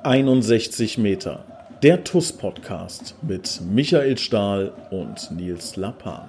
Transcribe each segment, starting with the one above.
61 Meter. Der TUS-Podcast mit Michael Stahl und Nils Lappan.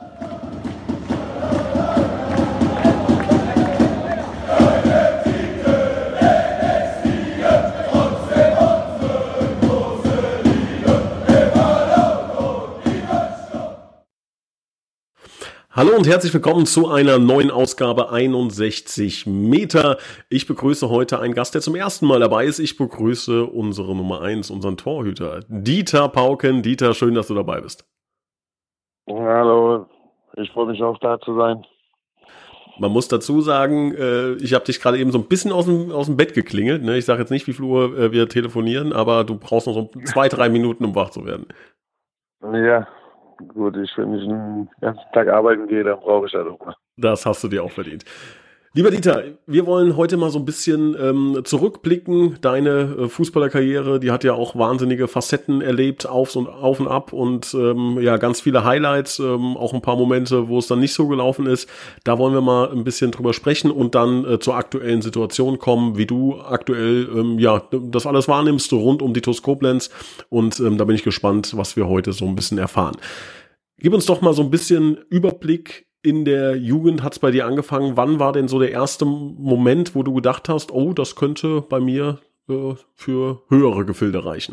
Hallo und herzlich willkommen zu einer neuen Ausgabe 61 Meter. Ich begrüße heute einen Gast, der zum ersten Mal dabei ist. Ich begrüße unsere Nummer 1, unseren Torhüter, Dieter Pauken. Dieter, schön, dass du dabei bist. Hallo, ich freue mich auch da zu sein. Man muss dazu sagen, ich habe dich gerade eben so ein bisschen aus dem Bett geklingelt. Ne? Ich sage jetzt nicht, wie viel Uhr wir telefonieren, aber du brauchst noch so 2-3 Minuten, um wach zu werden. Ja, gut, wenn ich den ganzen Tag arbeiten gehe, dann brauche ich das auch mal. Das hast du dir auch verdient. Lieber Dieter, wir wollen heute mal so ein bisschen zurückblicken. Deine Fußballerkarriere, die hat ja auch wahnsinnige Facetten erlebt, auf und ab und ja, ganz viele Highlights, auch ein paar Momente, wo es dann nicht so gelaufen ist. Da wollen wir mal ein bisschen drüber sprechen und dann zur aktuellen Situation kommen, wie du aktuell ja das alles wahrnimmst rund um die TuS Koblenz, und da bin ich gespannt, was wir heute so ein bisschen erfahren. Gib uns doch mal so ein bisschen Überblick. In der Jugend hat es bei dir angefangen. Wann war denn so der erste Moment, wo du gedacht hast, oh, das könnte bei mir für höhere Gefilde reichen?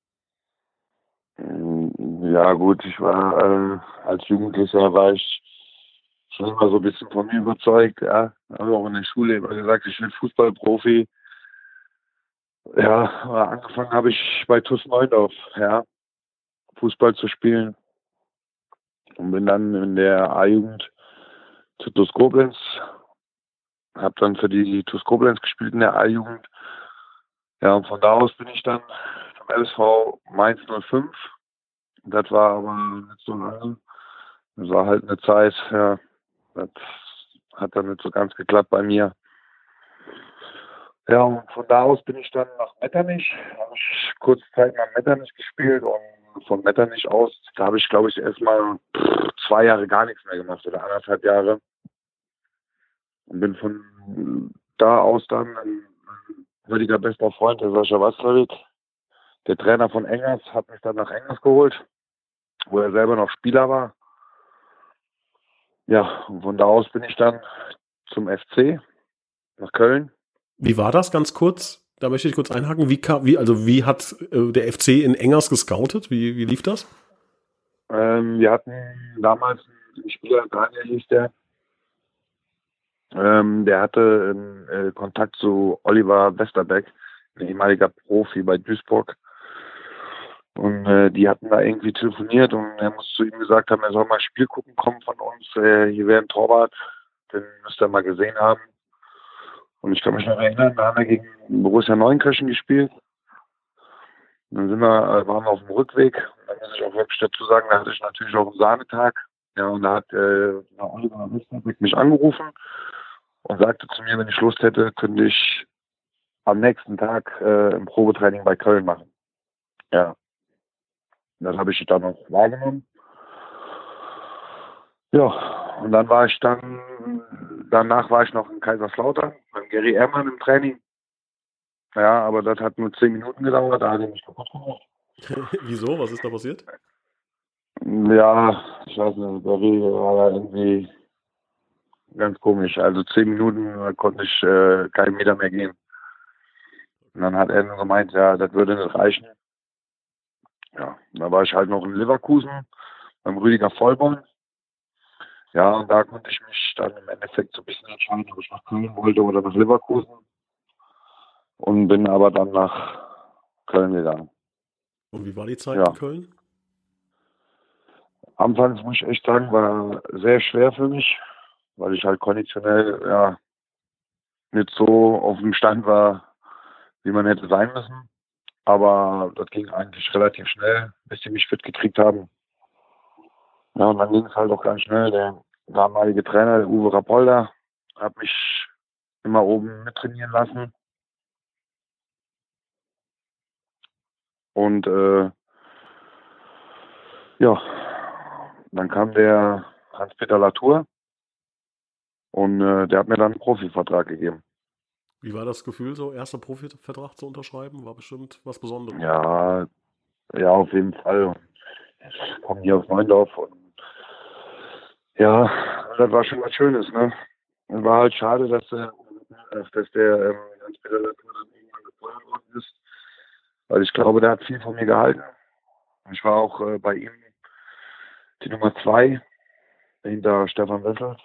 Ja gut, ich war als Jugendlicher war ich schon immer so ein bisschen von mir überzeugt. Ja, habe auch in der Schule immer gesagt, ich will Fußballprofi. Ja, aber angefangen habe ich bei TuS Neundorf, ja, Fußball zu spielen und bin dann in der A-Jugend zu TuS Koblenz. Habe dann für die TuS Koblenz gespielt in der A-Jugend. Ja, und von da aus bin ich dann zum LSV Mainz 05. Das war aber nicht so lange. Das war halt eine Zeit, ja, das hat dann nicht so ganz geklappt bei mir. Ja, und von da aus bin ich dann nach Metternich. Habe ich kurze Zeit nach Metternich gespielt und von Metternich aus, da habe ich, glaube ich, erstmal 2 Jahre gar nichts mehr gemacht oder 1,5 Jahre. Und bin von da aus dann ein heutiger bester Freund, der Sascha Watzlawick, der Trainer von Engers, hat mich dann nach Engers geholt, wo er selber noch Spieler war. Ja, und von da aus bin ich dann zum FC nach Köln. Wie war das ganz kurz? Da möchte ich kurz einhaken. Wie hat der FC in Engers gescoutet? Wie lief das? Wir hatten damals einen Spieler, Daniel hieß der. Der hatte Kontakt zu Oliver Westerbeck, ein ehemaliger Profi bei Duisburg. Und die hatten da irgendwie telefoniert und er muss zu ihm gesagt haben, er soll mal ein Spiel gucken kommen von uns. Hier wäre ein Torwart, den müsst ihr mal gesehen haben. Und ich kann mich noch erinnern, da haben wir gegen Borussia Neunkirchen gespielt. Und dann waren wir auf dem Rückweg. Und dann muss ich auch wirklich dazu sagen, da hatte ich natürlich auch einen Sahnetag. Ja, und da hat Oliver Westerbeck mich angerufen und sagte zu mir, wenn ich Lust hätte, könnte ich am nächsten Tag ein Probetraining bei Köln machen. Ja. Das habe ich dann noch wahrgenommen. Ja, und dann danach war ich noch in Kaiserslautern beim Gary Ehrmann im Training. Ja, aber das hat nur 10 Minuten gedauert, da hat er mich kaputt gemacht. Wieso? Was ist da passiert? Ja, ich weiß nicht, Gary war da irgendwie ganz komisch. Also 10 Minuten konnte ich keinen Meter mehr gehen. Und dann hat er nur gemeint, ja, das würde nicht reichen. Ja, da war ich halt noch in Leverkusen beim Rüdiger Vollborn. Ja, und da konnte ich mich dann im Endeffekt so ein bisschen entscheiden, ob ich nach Köln wollte oder nach Leverkusen. Und bin aber dann nach Köln gegangen. Und wie war die Zeit in Köln? Anfangs muss ich echt sagen, war sehr schwer für mich, weil ich halt konditionell ja nicht so auf dem Stand war, wie man hätte sein müssen. Aber das ging eigentlich relativ schnell, bis sie mich fit gekriegt haben. Ja, und dann ging es halt auch ganz schnell. Der damalige Trainer, der Uwe Rapolda, hat mich immer oben mittrainieren lassen. Und ja, dann kam der Hans-Peter Latour und der hat mir dann einen Profivertrag gegeben. Wie war das Gefühl, so erster Profivertrag zu unterschreiben? War bestimmt was Besonderes. Ja, ja, auf jeden Fall. Ich komme hier aus Neundorf und ja, das war schon was Schönes, ne? Es war halt schade, dass der Hans-Peter Latour dann irgendwann gefeuert worden ist, weil ich glaube, der hat viel von mir gehalten. Ich war auch bei ihm die Nummer 2 hinter Stefan Wessels.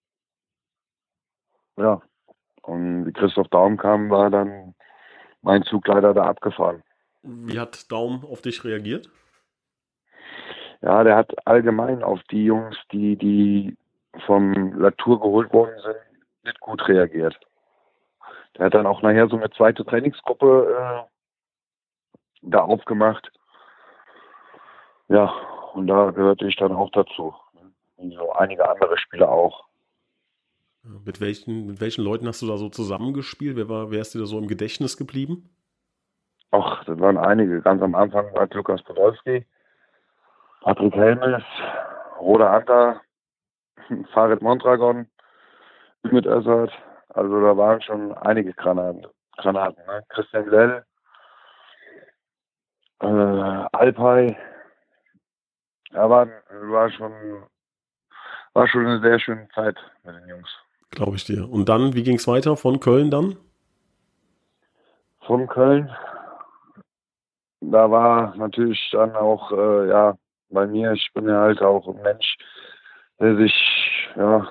Ja, und wie Christoph Daum kam, war dann mein Zug leider da abgefahren. Wie hat Daum auf dich reagiert? Ja, der hat allgemein auf die Jungs, die vom Latour geholt worden sind, nicht gut reagiert. Der hat dann auch nachher so eine zweite Trainingsgruppe da aufgemacht. Ja, und da gehörte ich dann auch dazu. Und so einige andere Spieler auch. Mit welchen Leuten hast du da so zusammengespielt? Wer ist dir da so im Gedächtnis geblieben? Ach, das waren einige. Ganz am Anfang war Lukas Podolski, Patrick Helmes, Roda Anta, Farid Mondragon, Ümit Özat. Also da waren schon einige Granaten, ne? Christian Lell, Alpay. Ja, war schon eine sehr schöne Zeit mit den Jungs. Glaube ich dir. Und dann, wie ging es weiter von Köln dann? Von Köln, da war natürlich dann auch, ja, bei mir, ich bin ja halt auch ein Mensch, der sich, ja,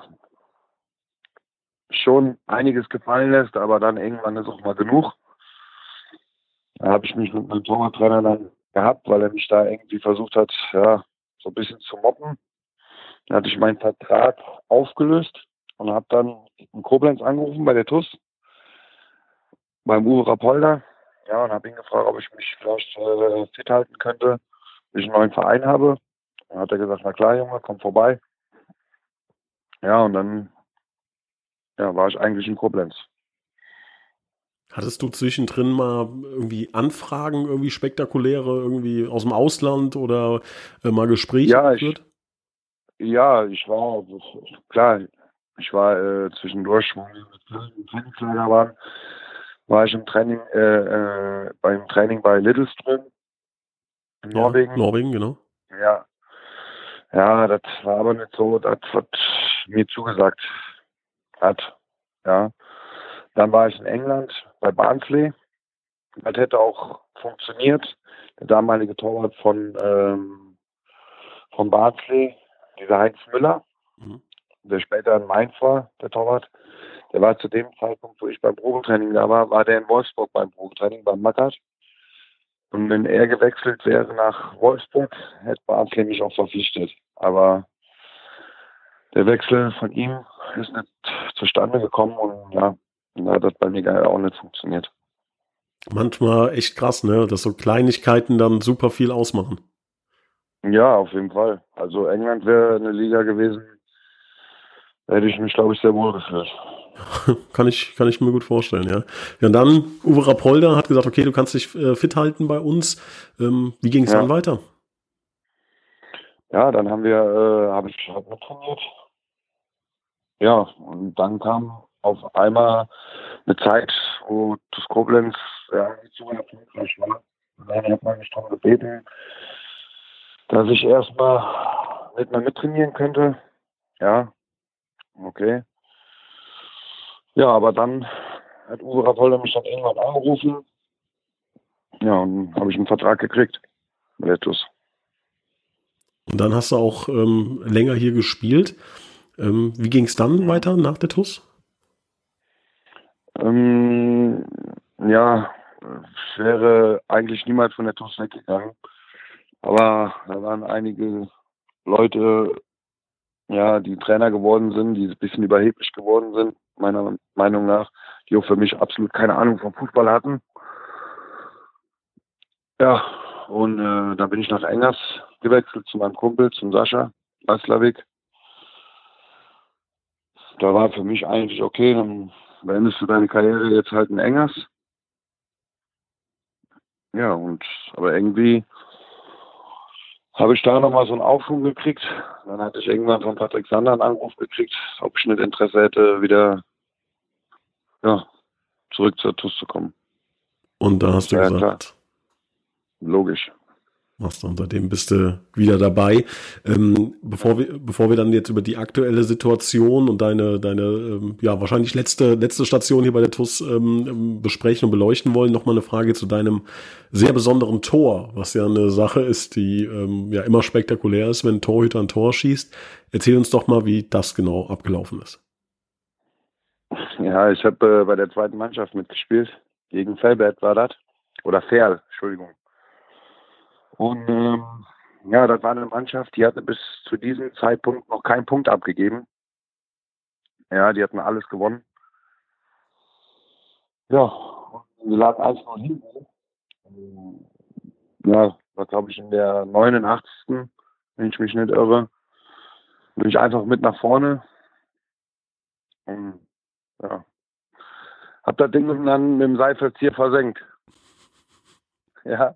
schon einiges gefallen lässt, aber dann irgendwann ist auch mal genug. Da habe ich mich mit meinem Torwarttrainer dann gehabt, weil er mich da irgendwie versucht hat, ja, so ein bisschen zu mobben. Dann hatte ich meinen Vertrag aufgelöst und habe dann in Koblenz angerufen bei der TuS, beim Uwe Rapolda. Ja, und habe ihn gefragt, ob ich mich vielleicht fit halten könnte, bis ich einen neuen Verein habe. Dann hat er gesagt, na klar, Junge, komm vorbei. Ja, und dann war ich eigentlich in Koblenz. Hattest du zwischendrin mal irgendwie Anfragen, irgendwie spektakuläre, irgendwie aus dem Ausland oder mal Gespräche Ja, geführt? ich war, klar, ich war zwischendurch, wo wir mit Köln im Trainingslager waren, war ich beim Training bei Lidlström in Ja, Norwegen. Norwegen, genau. Ja, ja, das war aber nicht so, das, was mir zugesagt hat. Ja, dann war ich in England bei Barnsley. Das hätte auch funktioniert. Der damalige Torwart von Barnsley, dieser Heinz Müller, Mhm. der später in Mainz war, der Torwart, der war zu dem Zeitpunkt, wo ich beim Probetraining da war der in Wolfsburg beim Probetraining, beim Mackert. Und wenn er gewechselt wäre nach Wolfsburg, hätte Barnsley mich auch verpflichtet. Aber der Wechsel von ihm ist nicht zustande gekommen und ja, da hat das bei mir auch nicht funktioniert. Manchmal echt krass, ne, dass so Kleinigkeiten dann super viel ausmachen. Ja, auf jeden Fall. Also England wäre eine Liga gewesen, da hätte ich mich, glaube ich, sehr wohl gefühlt. Kann ich mir gut vorstellen, ja. Ja, und dann Uwe Rapolda hat gesagt, okay, du kannst dich fit halten bei uns. Wie ging es dann Ja, weiter? ja, dann habe ich halt mittrainiert. Ja, und dann kam auf einmal eine Zeit, wo das Koblenz ja nicht so erfolgreich war. Und dann hat man mich darum gebeten, dass ich erstmal nicht mehr mittrainieren könnte. Ja, okay. Ja, aber dann hat Uwe Rapolda mich dann irgendwann angerufen. Ja, und dann habe ich einen Vertrag gekriegt mit der TuS. Und dann hast du auch länger hier gespielt. Wie ging es dann weiter nach der TuS? Ja, ich wäre eigentlich niemals von der TuS weggegangen. Aber da waren einige Leute, ja, die Trainer geworden sind, die ein bisschen überheblich geworden sind, meiner Meinung nach, die auch für mich absolut keine Ahnung vom Fußball hatten. Ja, und da bin ich nach Engers gewechselt zu meinem Kumpel, zum Sascha Watzlawick. Da war für mich eigentlich okay, dann beendest du deine Karriere jetzt halt in Engers. Ja, aber irgendwie habe ich da nochmal so einen Aufschwung gekriegt. Dann hatte ich irgendwann von Patrick Sander einen Anruf gekriegt, ob ich nicht Interesse hätte, wieder ja, zurück zur TuS zu kommen. Und da hast du gesagt, klar. Logisch. Machst du, und seitdem bist du wieder dabei. Bevor wir dann jetzt über die aktuelle Situation und deine ja wahrscheinlich letzte Station hier bei der TuS besprechen und beleuchten wollen, nochmal eine Frage zu deinem sehr besonderen Tor, was ja eine Sache ist, die ja immer spektakulär ist, wenn ein Torhüter ein Tor schießt. Erzähl uns doch mal, wie das genau abgelaufen ist. Ja, ich habe bei der zweiten Mannschaft mitgespielt. Gegen Velbert war das. Oder Ferl, Entschuldigung. Und ja, das war eine Mannschaft, die hatte bis zu diesem Zeitpunkt noch keinen Punkt abgegeben. Ja, die hatten alles gewonnen. Ja, und wir lagen 1-0 hinten. Ja, war glaube ich in der 89. Wenn ich mich nicht irre. Bin ich einfach mit nach vorne. Und ja, hab das Ding dann mit dem Seilverzieher versenkt. Ja.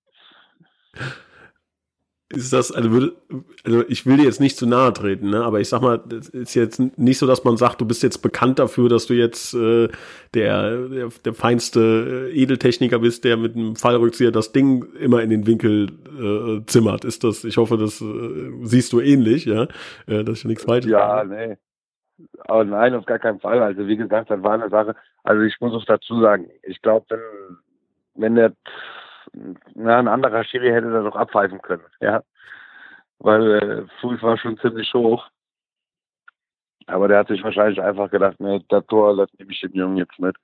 Ist das, also ich will dir jetzt nicht zu nahe treten, ne? Aber ich sag mal, es ist jetzt nicht so, dass man sagt, du bist jetzt bekannt dafür, dass du jetzt der feinste Edeltechniker bist, der mit einem Fallrückzieher das Ding immer in den Winkel zimmert. Ist das, ich hoffe, das siehst du ähnlich, ja? Dass ich nichts Falsches sage. Nee. Aber nein, auf gar keinen Fall. Also wie gesagt, das war eine Sache. Also ich muss auch dazu sagen, ich glaube, wenn ein anderer Schiri hätte das auch abpfeifen können, ja. Weil Fuß war schon ziemlich hoch. Aber der hat sich wahrscheinlich einfach gedacht, ne, das Tor, das nehme ich dem Jungen jetzt mit.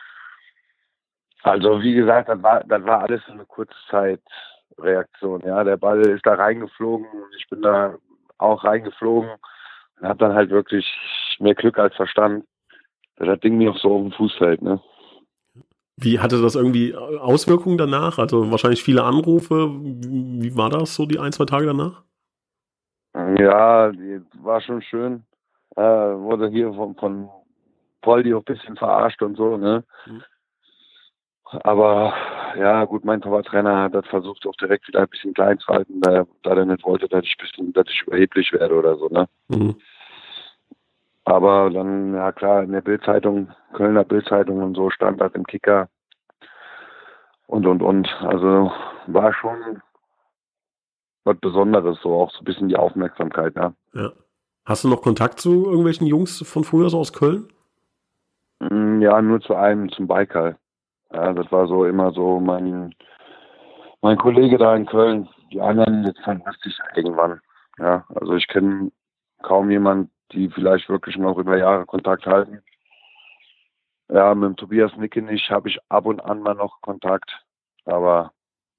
Also wie gesagt, das war alles eine Kurzzeitreaktion, ja. Der Ball ist da reingeflogen und ich bin da auch reingeflogen und habe dann halt wirklich mehr Glück als Verstand, dass das Ding mir auch so auf den Fuß fällt, ne. Wie hatte das irgendwie Auswirkungen danach? Also wahrscheinlich viele Anrufe. Wie war das so die 1-2 Tage danach? Ja, die war schon schön. Wurde hier von Poldi auch ein bisschen verarscht und so, ne? Mhm. Aber ja, gut, mein Torwarttrainer hat das versucht, auch direkt wieder ein bisschen klein zu halten, da er nicht wollte, dass ich überheblich werde oder so, ne? Mhm. Aber dann, ja klar, in der Bild-Zeitung, Kölner Bild-Zeitung und so stand das im Kicker und. Also war schon was Besonderes, so auch so ein bisschen die Aufmerksamkeit, ja. Ja. Hast du noch Kontakt zu irgendwelchen Jungs von früher so aus Köln? Ja, nur zu einem, zum Baikal. Ja, das war so immer so mein Kollege da in Köln. Die anderen jetzt vermisst ich irgendwann. Ja, also ich kenne kaum jemanden, die vielleicht wirklich noch über Jahre Kontakt halten. Ja, mit dem Tobias Nickenich habe ich ab und an mal noch Kontakt, aber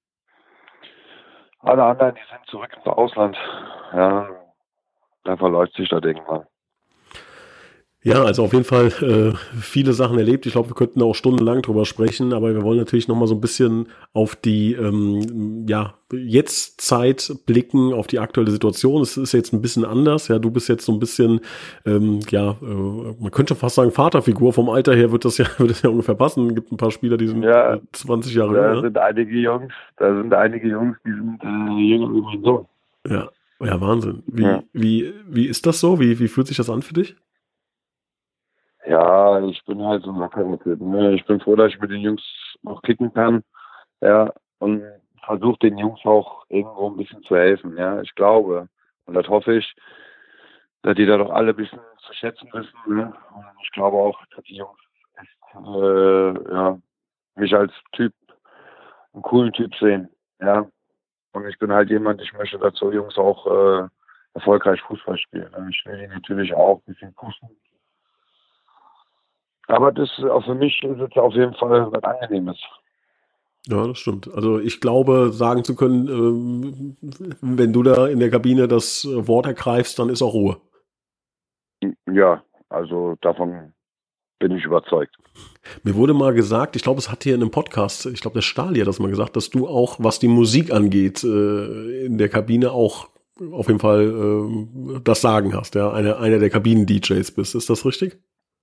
alle anderen, die sind zurück ins Ausland. Ja, da verläuft sich das irgendwann. Ja, also auf jeden Fall viele Sachen erlebt. Ich glaube, wir könnten auch stundenlang drüber sprechen, aber wir wollen natürlich noch mal so ein bisschen auf die Jetztzeit blicken, auf die aktuelle Situation. Es ist jetzt ein bisschen anders. Ja, du bist jetzt so ein bisschen, man könnte fast sagen Vaterfigur. Vom Alter her wird das ja ungefähr passen. Es gibt ein paar Spieler, die sind 20 Jahre jünger. Da sind einige Jungs, die sind jünger wie mein Sohn. Ja, Wahnsinn. Wie ist das so? Wie fühlt sich das an für dich? Ja, ich bin halt so ein Lockertyp. Ne? Ich bin froh, dass ich mit den Jungs noch kicken kann. Ja, und versuche den Jungs auch irgendwo ein bisschen zu helfen. Ja, ich glaube, und das hoffe ich, dass die da doch alle ein bisschen zu schätzen wissen. Ne? Und ich glaube auch, dass die Jungs mich als Typ, einen coolen Typ sehen. Ja, und ich bin halt jemand, ich möchte dazu Jungs auch erfolgreich Fußball spielen. Ich will die natürlich auch ein bisschen pushen. Aber das auch für mich ist es auf jeden Fall was Angenehmes. Ja, das stimmt. Also ich glaube, sagen zu können, wenn du da in der Kabine das Wort ergreifst, dann ist auch Ruhe. Ja, also davon bin ich überzeugt. Mir wurde mal gesagt, ich glaube, es hat hier in einem Podcast, ich glaube, der Stahl hat das mal gesagt, dass du auch, was die Musik angeht, in der Kabine auch auf jeden Fall das Sagen hast, ja, einer der Kabinen-DJs bist. Ist das richtig?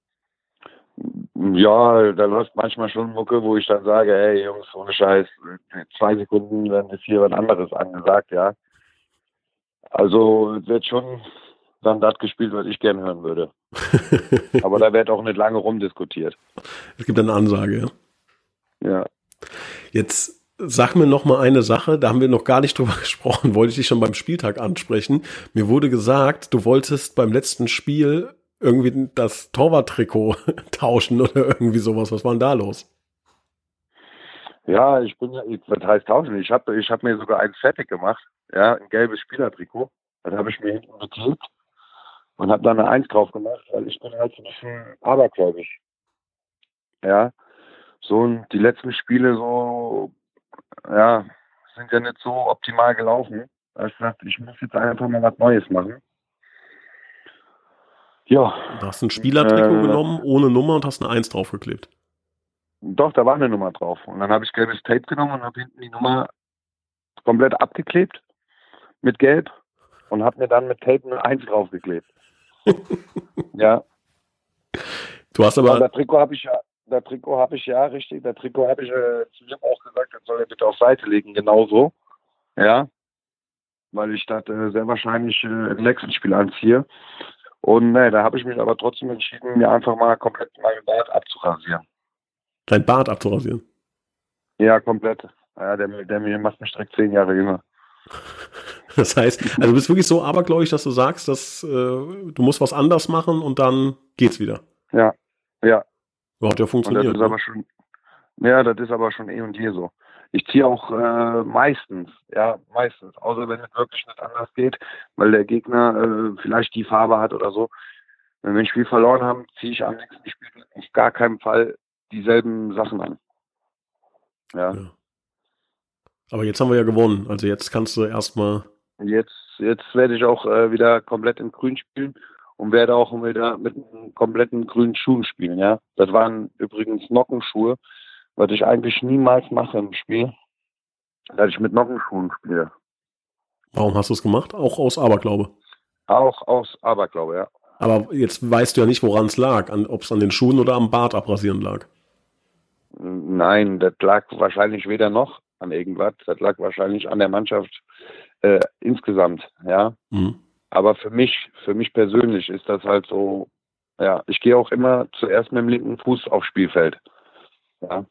Ja, da läuft manchmal schon Mucke, wo ich dann sage, hey Jungs, ohne Scheiß, 2 Sekunden, dann ist hier was anderes angesagt, ja. Also wird schon dann das gespielt, was ich gerne hören würde. Aber da wird auch nicht lange rumdiskutiert. Es gibt eine Ansage, ja. Ja. Jetzt sag mir noch mal eine Sache, da haben wir noch gar nicht drüber gesprochen, wollte ich dich schon beim Spieltag ansprechen. Mir wurde gesagt, du wolltest beim letzten Spiel irgendwie das Torwarttrikot tauschen oder irgendwie sowas. Was war denn da los? Ja, was heißt tauschen? Ich hab mir sogar eins fertig gemacht. Ja, ein gelbes Spielertrikot. Das habe ich mir hinten geklebt und habe da eine Eins drauf gemacht, weil ich bin halt so ein bisschen abergläubisch. Ja, so und die letzten Spiele so, ja, sind ja nicht so optimal gelaufen. Da hab ich gesagt, ich muss jetzt einfach mal was Neues machen. Ja. Du hast ein Spielertrikot genommen, ohne Nummer und hast eine Eins draufgeklebt. Doch, da war eine Nummer drauf. Und dann habe ich gelbes Tape genommen und habe hinten die Nummer komplett abgeklebt mit Gelb und habe mir dann mit Tape eine Eins draufgeklebt. Ja. Du hast aber... Das Trikot habe ich ja, richtig. Das Trikot habe ich zu ihm auch gesagt, das soll er bitte auf Seite legen, genauso. Ja. Weil ich das sehr wahrscheinlich im nächsten Spiel anziehe. Und da habe ich mich aber trotzdem entschieden, mir einfach mal komplett meinen Bart abzurasieren. Dein Bart abzurasieren? Ja, komplett. Ja, der macht mich direkt 10 Jahre jünger. Das heißt, also du bist wirklich so abergläubig, dass du sagst, dass du musst was anders machen und dann geht's wieder. Ja. Hat ja funktioniert. Und das ist aber schon eh und je so. Ich ziehe auch meistens, außer wenn es wirklich nicht anders geht, weil der Gegner vielleicht die Farbe hat oder so. Wenn wir ein Spiel verloren haben, ziehe ich am nächsten Spiel auf gar keinen Fall dieselben Sachen an. Ja. Aber jetzt haben wir ja gewonnen. Also jetzt kannst du erstmal... Jetzt werde ich auch wieder komplett in Grün spielen und werde auch wieder mit einem kompletten grünen Schuhen spielen. Ja. Das waren übrigens Nockenschuhe, was ich eigentlich niemals mache im Spiel, dass ich mit Nockenschuhen spiele. Warum hast du es gemacht? Auch aus Aberglaube? Auch aus Aberglaube, ja. Aber jetzt weißt du ja nicht, woran es lag. Ob es an den Schuhen oder am Bart abrasieren lag. Nein, das lag wahrscheinlich weder noch an irgendwas. Das lag wahrscheinlich an der Mannschaft insgesamt, ja. Mhm. Aber für mich persönlich ist das halt so, ja, ich gehe auch immer zuerst mit dem linken Fuß aufs Spielfeld. Ja.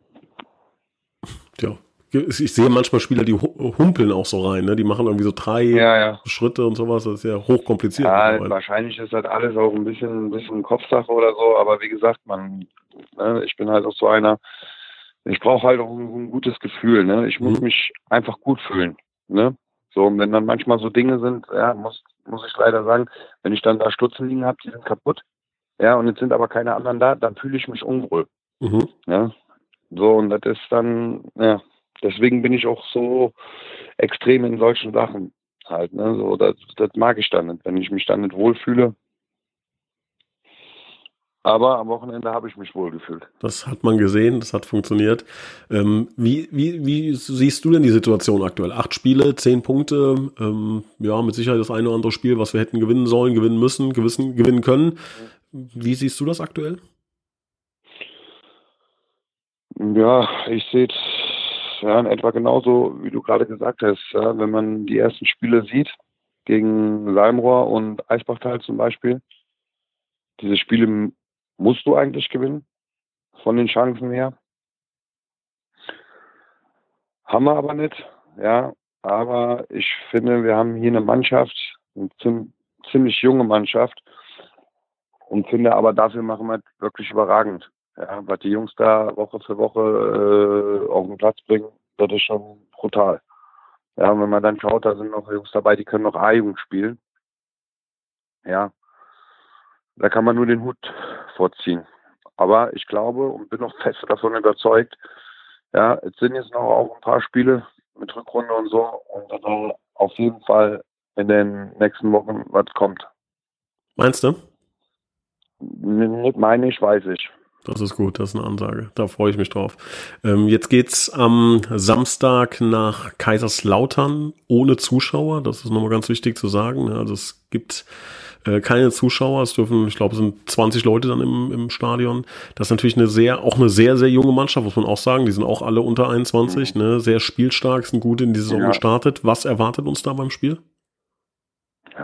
Ja. Ich sehe manchmal Spieler, die humpeln auch so rein, ne? Die machen irgendwie so 3 Schritte und sowas. Das ist ja hochkompliziert. Ja, wahrscheinlich ist das alles auch ein bisschen Kopfsache oder so. Aber wie gesagt, ich bin halt auch so einer, ich brauche halt auch ein gutes Gefühl. Ne? Ich muss mich einfach gut fühlen. Ne? So, und wenn dann manchmal so Dinge sind, ja, muss ich leider sagen, wenn ich dann da Stutzen liegen habe, die sind kaputt. Ja, und jetzt sind aber keine anderen da, dann fühle ich mich unwohl. Mhm. Ja? So, und das ist dann, ja. Deswegen bin ich auch so extrem in solchen Sachen halt, ne, so, das mag ich dann nicht, wenn ich mich dann nicht wohlfühle. Aber am Wochenende habe ich mich wohlgefühlt. Das hat man gesehen, das hat funktioniert. Wie siehst du denn die Situation aktuell? 8 Spiele, 10 Punkte, ja, mit Sicherheit das eine oder andere Spiel, was wir hätten gewinnen sollen, gewinnen müssen, gewinnen können. Wie siehst du das aktuell? Ja, ich sehe es ja, in etwa genauso, wie du gerade gesagt hast. Ja, wenn man die ersten Spiele sieht, gegen Salmrohr und Eisbachtal zum Beispiel, diese Spiele musst du eigentlich gewinnen, von den Chancen her. Haben wir aber nicht, ja. Aber ich finde, wir haben hier eine Mannschaft, eine ziemlich junge Mannschaft, und finde aber, dafür machen wir es wirklich überragend. Ja, was die Jungs da Woche für Woche auf den Platz bringen, das ist schon brutal. Ja, und wenn man dann schaut, da sind noch Jungs dabei, die können noch A-Jugend spielen. Ja, da kann man nur den Hut vorziehen. Aber ich glaube und bin noch fest davon überzeugt, ja, es sind jetzt noch auch ein paar Spiele mit Rückrunde und so, und da soll auf jeden Fall in den nächsten Wochen was kommt. Meinst du? Nicht meine ich, weiß ich. Das ist gut, das ist eine Ansage. Da freue ich mich drauf. Jetzt geht's am Samstag nach Kaiserslautern ohne Zuschauer. Das ist nochmal ganz wichtig zu sagen. Also es gibt keine Zuschauer. Es dürfen, ich glaube, es sind 20 Leute dann im Stadion. Das ist natürlich eine sehr, sehr junge Mannschaft, muss man auch sagen. Die sind auch alle unter 21, sehr spielstark, sind gut in die Saison gestartet. Was erwartet uns da beim Spiel? Ja,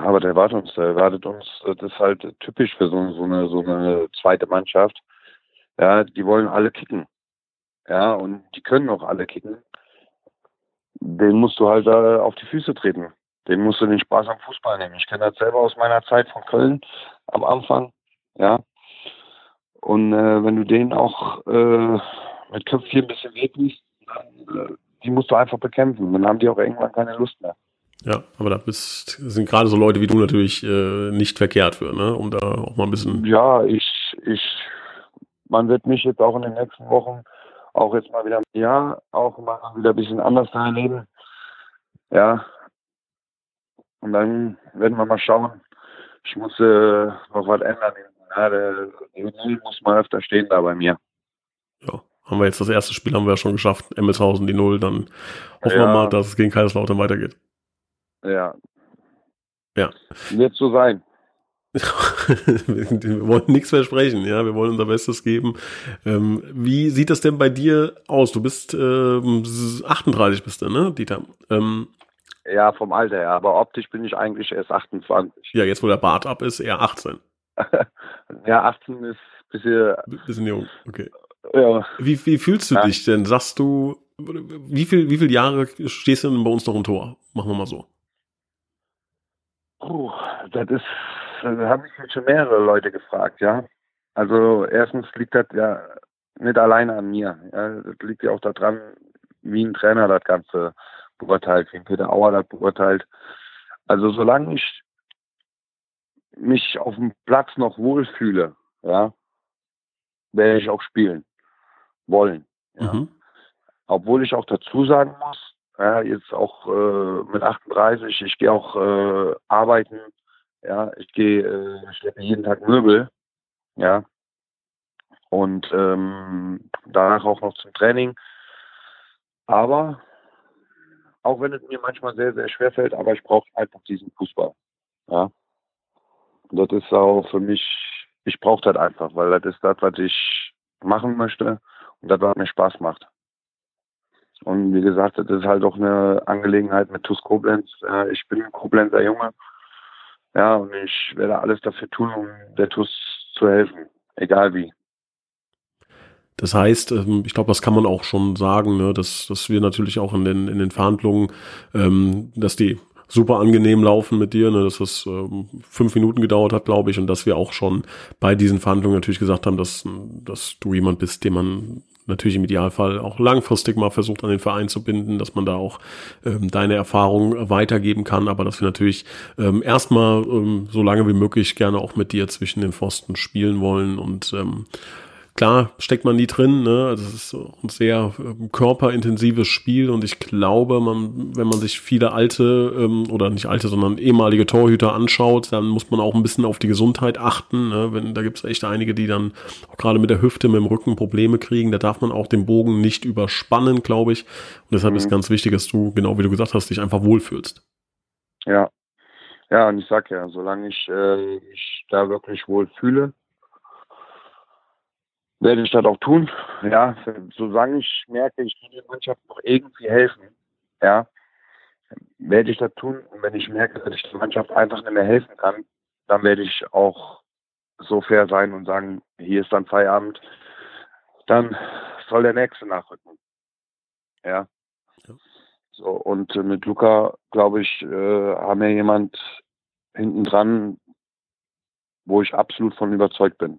aber der erwartet uns, das ist halt typisch für so eine zweite Mannschaft. Ja, die wollen alle kicken. Ja, und die können auch alle kicken. Den musst du halt auf die Füße treten. Den musst du den Spaß am Fußball nehmen. Ich kenne das selber aus meiner Zeit von Köln am Anfang. Ja, und wenn du den auch mit Köpfchen ein bisschen wehtust, dann die musst du einfach bekämpfen. Dann haben die auch irgendwann keine Lust mehr. Ja, aber sind gerade so Leute wie du natürlich nicht verkehrt für, ne? Um da auch mal ein bisschen. Ja, man wird mich jetzt auch in den nächsten Wochen auch jetzt mal wieder, ja, auch mal wieder ein bisschen anders da erleben. Ja, und dann werden wir mal schauen. Ich muss noch was ändern. Ja, der Null muss mal öfter stehen da bei mir. Ja, haben wir jetzt das erste Spiel haben wir ja schon geschafft. Emmelshausen die 0, dann hoffen wir mal, dass es gegen Kaiserslautern weitergeht. Ja. Ja. Wird so sein. Wir wollen nichts versprechen, ja, wir wollen unser Bestes geben. Wie sieht das denn bei dir aus? Du bist 38 bist du, ne, Dieter? Ja, vom Alter her, aber optisch bin ich eigentlich erst 28. Ja, jetzt wo der Bart ab ist, eher 18. Ja, 18 ist bisschen jung, okay. Ja. Wie fühlst du dich denn? Sagst du, wie viel Jahre stehst du denn bei uns noch im Tor? Machen wir mal so. Da haben mich schon mehrere Leute gefragt, ja. Also erstens liegt das ja nicht alleine an mir. Ja. Das liegt ja auch daran, wie ein Trainer das Ganze beurteilt, wie ein Peter Auer das beurteilt. Also solange ich mich auf dem Platz noch wohlfühle, ja, werde ich auch spielen wollen. Ja. Mhm. Obwohl ich auch dazu sagen muss, ja, jetzt auch mit 38, ich gehe auch arbeiten, ja, ich schleppe jeden Tag Möbel, ja, und danach auch noch zum Training. Aber auch wenn es mir manchmal sehr, sehr schwer fällt, aber ich brauche einfach diesen Fußball, ja. Und das ist auch für mich, ich brauche das einfach, weil das ist das, was ich machen möchte und das, was mir Spaß macht. Und wie gesagt, das ist halt auch eine Angelegenheit mit TuS Koblenz. Ich bin ein Koblenzer Junge. Ja, und ich werde alles dafür tun, um der TuS zu helfen. Egal wie. Das heißt, ich glaube, das kann man auch schon sagen, ne, dass wir natürlich auch in den Verhandlungen, dass die super angenehm laufen mit dir, ne, dass das 5 Minuten gedauert hat, glaube ich, und dass wir auch schon bei diesen Verhandlungen natürlich gesagt haben, dass du jemand bist, den man natürlich im Idealfall auch langfristig mal versucht an den Verein zu binden, dass man da auch deine Erfahrung weitergeben kann, aber dass wir natürlich erstmal so lange wie möglich gerne auch mit dir zwischen den Pfosten spielen wollen und klar steckt man nie drin, ne? Also es ist ein sehr körperintensives Spiel und ich glaube, wenn man sich viele alte oder nicht alte, sondern ehemalige Torhüter anschaut, dann muss man auch ein bisschen auf die Gesundheit achten, ne? Da gibt es echt einige, die dann auch gerade mit der Hüfte, mit dem Rücken Probleme kriegen. Da darf man auch den Bogen nicht überspannen, glaube ich. Und deshalb ist ganz wichtig, dass du, genau wie du gesagt hast, dich einfach wohlfühlst. Ja. Ja, und ich sag ja, solange ich mich da wirklich wohl fühle, werde ich das auch tun. Ja, solange ich merke, ich kann der Mannschaft noch irgendwie helfen, ja, werde ich das tun. Und wenn ich merke, dass ich der Mannschaft einfach nicht mehr helfen kann, dann werde ich auch so fair sein und sagen, hier ist dann Feierabend, dann soll der Nächste nachrücken. Ja. So, und mit Luca, glaube ich, haben wir jemand hinten dran, wo ich absolut von überzeugt bin.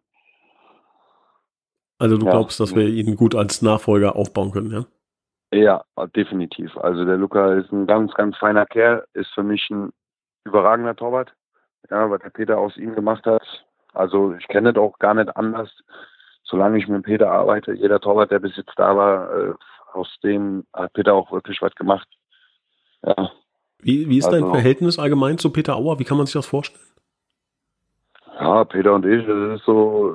Also du glaubst, dass wir ihn gut als Nachfolger aufbauen können, ja? Ja, definitiv. Also der Luca ist ein ganz, ganz feiner Kerl, ist für mich ein überragender Torwart. Ja, was der Peter aus ihm gemacht hat. Also ich kenne das auch gar nicht anders. Solange ich mit Peter arbeite, jeder Torwart, der bis jetzt da war, aus dem hat Peter auch wirklich was gemacht. Ja. Wie ist dein Verhältnis allgemein zu Peter Auer? Wie kann man sich das vorstellen? Ja, Peter und ich, das ist so,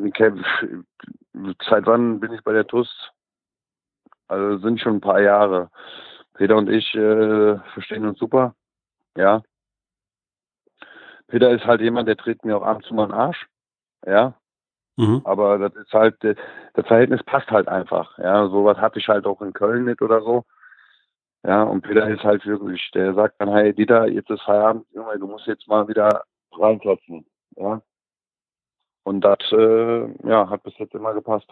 seit wann bin ich bei der TuS? Also sind schon ein paar Jahre. Peter und ich verstehen uns super. Ja. Peter ist halt jemand, der tritt mir auch ab und zu mal in den Arsch. Ja. Mhm. Aber das ist halt, das Verhältnis passt halt einfach. Ja, sowas hatte ich halt auch in Köln nicht oder so. Ja, und Peter ist halt wirklich, der sagt dann, hey Dieter, jetzt ist Feierabend, Junge, du musst jetzt mal wieder reinklopfen. Ja. Und das hat bis jetzt immer gepasst.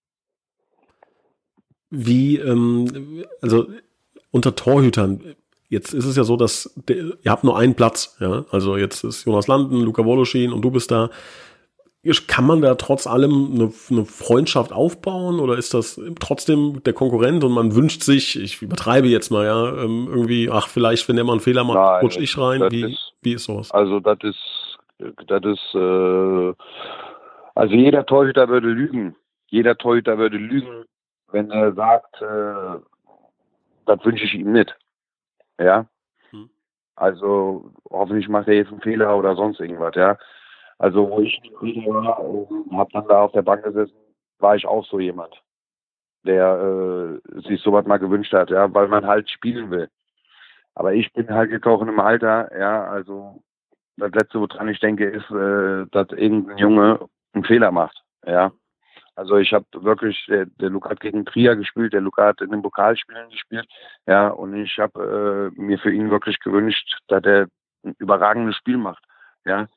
Wie, also unter Torhütern, jetzt ist es ja so, dass ihr habt nur einen Platz, ja. Also jetzt ist Jonas Landen, Luka Woloschin und du bist da. Kann man da trotz allem eine Freundschaft aufbauen oder ist das trotzdem der Konkurrent und man wünscht sich, ich übertreibe jetzt mal, ja, irgendwie, vielleicht, wenn der mal einen Fehler macht, rutsche ich rein. Wie ist sowas? Also also jeder Torhüter würde lügen. Jeder Torhüter würde lügen, wenn er sagt, das wünsche ich ihm nicht. Ja. Also hoffentlich macht er jetzt einen Fehler oder sonst irgendwas, ja. Also wo ich war, habe dann da auf der Bank gesessen, war ich auch so jemand, der sich sowas mal gewünscht hat, ja, weil man halt spielen will. Aber ich bin halt jetzt auch in einem Alter, ja, also das Letzte, woran ich denke, ist, dass irgendein Junge einen Fehler macht, ja. Also ich habe wirklich, der Luca hat gegen Trier gespielt, der Luca hat in den Pokalspielen gespielt, ja, und ich habe mir für ihn wirklich gewünscht, dass er ein überragendes Spiel macht, ja.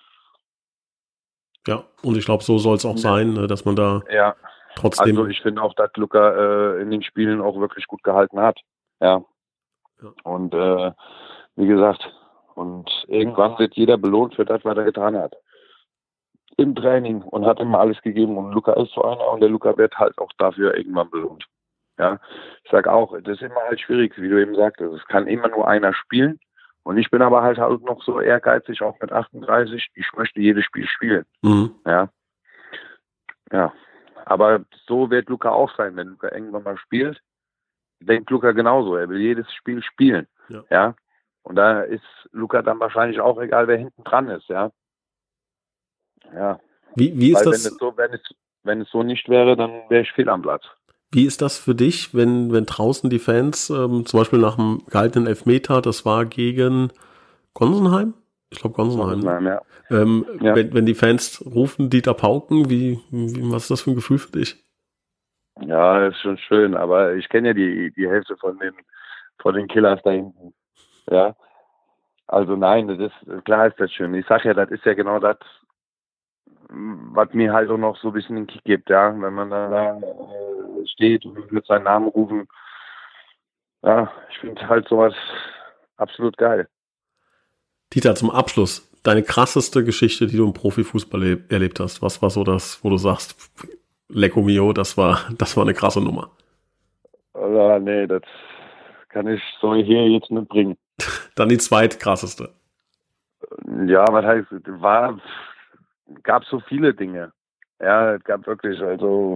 Ja, und ich glaube, so soll es auch sein, dass man da trotzdem... Also ich finde auch, dass Luca in den Spielen auch wirklich gut gehalten hat. Ja. Und wie gesagt, und irgendwann wird jeder belohnt für das, was er getan hat. Im Training und hat immer alles gegeben. Und Luca ist so einer und der Luca wird halt auch dafür irgendwann belohnt. Ja. Ich sage auch, das ist immer halt schwierig, wie du eben sagtest. Es kann immer nur einer spielen. Und ich bin aber halt noch so ehrgeizig, auch mit 38. Ich möchte jedes Spiel spielen. Ja. Ja. Aber so wird Luca auch sein, wenn Luca irgendwann mal spielt. Denkt Luca genauso. Er will jedes Spiel spielen. Ja. Und da ist Luca dann wahrscheinlich auch egal, wer hinten dran ist. Ja. Ja. Wie ist das? Wenn es so nicht wäre, dann wäre ich fehl am Platz. Wie ist das für dich, wenn draußen die Fans, zum Beispiel nach dem gehaltenen Elfmeter, das war gegen Gonsenheim? Ich glaube Gonsenheim. Ja. Wenn die Fans rufen, Dieter Pauken, was ist das für ein Gefühl für dich? Ja, das ist schon schön, aber ich kenne ja die Hälfte von den Killers da hinten. Ja. Also nein, klar ist das schön. Ich sag ja, das ist ja genau das, was mir halt auch noch so ein bisschen den Kick gibt, ja, wenn man da steht und wird seinen Namen rufen. Ja, ich finde halt sowas absolut geil. Dieter, zum Abschluss, deine krasseste Geschichte, die du im Profifußball erlebt hast, was war so das, wo du sagst, Lecco mio, das war eine krasse Nummer? Nee, das kann ich so hier jetzt nicht bringen. Dann die zweitkrasseste. Ja, was heißt, gab so viele Dinge. Ja, es gab wirklich, also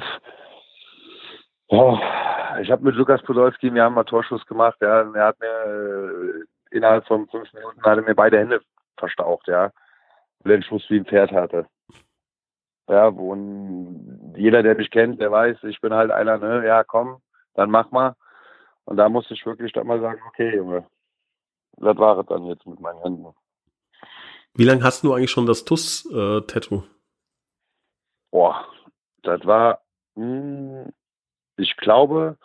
ich habe mit Lukas Podolski, wir haben mal Torschuss gemacht, ja, und er hat mir innerhalb von 5 Minuten hat er mir beide Hände verstaucht, ja, weil er den Schuss wie ein Pferd hatte. Ja, und jeder, der mich kennt, der weiß, ich bin halt einer, ne, ja, komm, dann mach mal. Und da musste ich wirklich dann mal sagen, okay, Junge, das war es dann jetzt mit meinen Händen. Wie lange hast du eigentlich schon das TUS-Tattoo? Das war, ich glaube,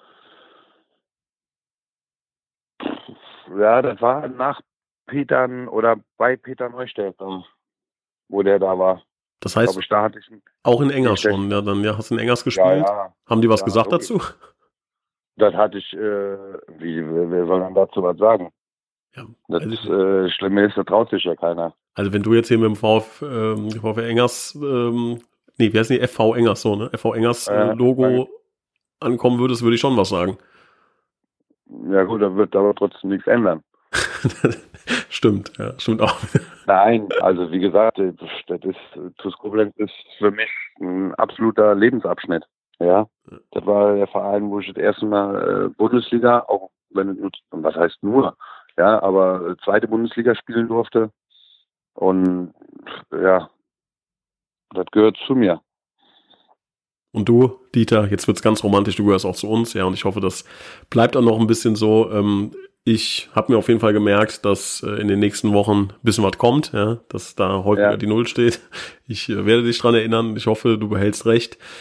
das war nach Petern oder bei Peter Neustädt, wo der da war. Das heißt, ich, da hatte ich auch in Engers schon, ja, dann hast du in Engers gespielt. Ja. Haben die was gesagt dazu? Das hatte ich, wer soll dann dazu was sagen? Ja, das Schlimme ist, da traut sich ja keiner. Also wenn du jetzt hier mit dem VfL Engers, wie heißt die, FV Engers, so, ne? FV Engers Logo ankommen würdest, würde ich schon was sagen. Ja gut, da wird aber trotzdem nichts ändern. Stimmt auch. Nein, also wie gesagt, TuS Koblenz ist für mich ein absoluter Lebensabschnitt. Ja, das war der Verein, wo ich das erste Mal Bundesliga, auch wenn, was heißt nur, ja, aber zweite Bundesliga spielen durfte. Und ja, das gehört zu mir. Und du, Dieter, jetzt wird's ganz romantisch, du gehörst auch zu uns, ja, und ich hoffe, das bleibt auch noch ein bisschen so. Ich habe mir auf jeden Fall gemerkt, dass in den nächsten Wochen ein bisschen was kommt, ja, dass da häufiger die Null steht. Ich werde dich dran erinnern, ich hoffe, du behältst recht.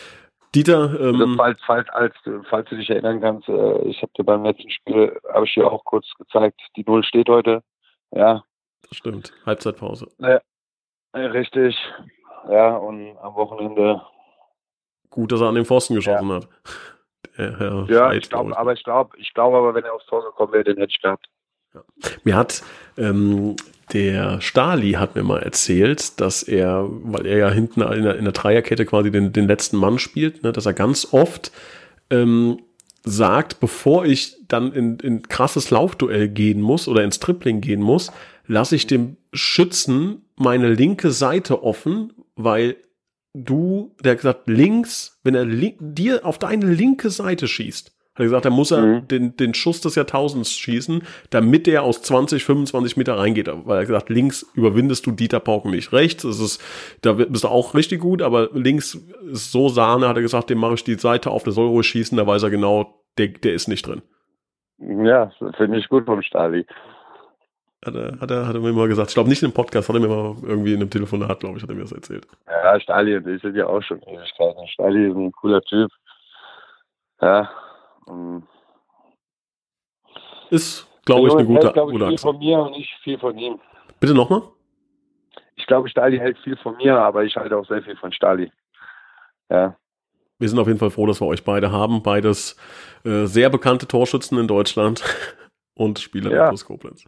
Dieter, Also falls du dich erinnern kannst, ich habe dir beim letzten Spiel, habe ich dir auch kurz gezeigt, die 0 steht heute. Ja. Das stimmt, Halbzeitpause. Richtig. Ja, und am Wochenende. Gut, dass er an den Pfosten geschossen hat. Ja, ich glaube, aber wenn er aufs Tor gekommen wäre, den hätte ich gehabt. Ja. Mir hat der Stali hat mir mal erzählt, dass er, weil er ja hinten in der Dreierkette quasi den letzten Mann spielt, ne, dass er ganz oft sagt, bevor ich dann in krasses Laufduell gehen muss oder ins Tripling gehen muss, lasse ich dem Schützen meine linke Seite offen, weil der hat gesagt, links, wenn er dir auf deine linke Seite schießt, hat er gesagt, dann muss er den Schuss des Jahrtausends schießen, damit er aus 20, 25 Meter reingeht. Weil er gesagt, links überwindest du Dieter Pauken nicht. Rechts da bist du auch richtig gut, aber links ist so Sahne, hat er gesagt, dem mache ich die Seite auf, der soll ruhig schießen, da weiß er genau, der ist nicht drin. Ja, finde ich gut vom Stali. Hat er mir mal gesagt. Ich glaube nicht im Podcast, hat er mir mal irgendwie in einem Telefonat, glaube ich, hat er mir das erzählt. Ja, Stali und ich sind ja auch schon Ewigkeiten. Stali ist ein cooler Typ. Ja. Ist, glaube ich, eine gute viel Achse. Von mir und nicht viel von ihm. Bitte nochmal? Ich glaube, Stali hält viel von mir, aber ich halte auch sehr viel von Stali. Ja. Wir sind auf jeden Fall froh, dass wir euch beide haben. Beides sehr bekannte Torschützen in Deutschland und Spieler der TuS Koblenz.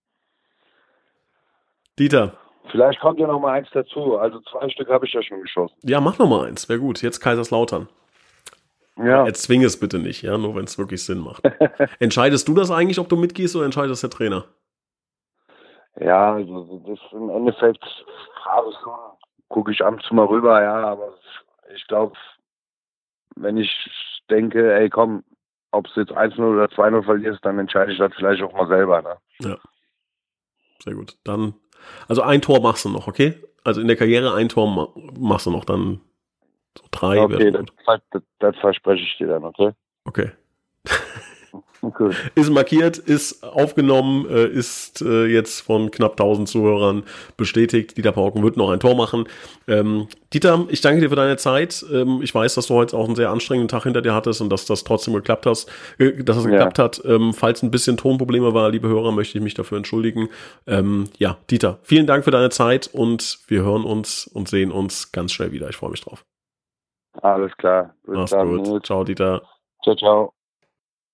Dieter. Vielleicht kommt ja noch mal eins dazu. Also 2 Stück habe ich ja schon geschossen. Ja, mach noch mal eins. Wäre gut. Jetzt Kaiserslautern. Ja. Erzwing es bitte nicht, ja, nur wenn es wirklich Sinn macht. Entscheidest du das eigentlich, ob du mitgehst, oder entscheidet der Trainer? Ja, also das im Endeffekt gucke ich ab und zu mal rüber, ja, aber ich glaube, wenn ich denke, ey komm, ob es jetzt 1-0 oder 2-0 verlierst, dann entscheide ich das vielleicht auch mal selber. Ne? Ja. Sehr gut. Dann, also ein Tor machst du noch, okay? Also in der Karriere ein Tor machst du noch, dann so 3. Okay, das verspreche ich dir dann, okay? Okay. Gut. Ist markiert, ist aufgenommen, ist jetzt von knapp 1000 Zuhörern bestätigt. Dieter Pauken wird noch ein Tor machen. Dieter, ich danke dir für deine Zeit. Ich weiß, dass du heute auch einen sehr anstrengenden Tag hinter dir hattest und dass das trotzdem geklappt hat. Falls ein bisschen Tonprobleme war, liebe Hörer, möchte ich mich dafür entschuldigen. Dieter, vielen Dank für deine Zeit und wir hören uns und sehen uns ganz schnell wieder. Ich freue mich drauf. Alles klar. Mach's gut. Ciao, Dieter. Ciao, ciao.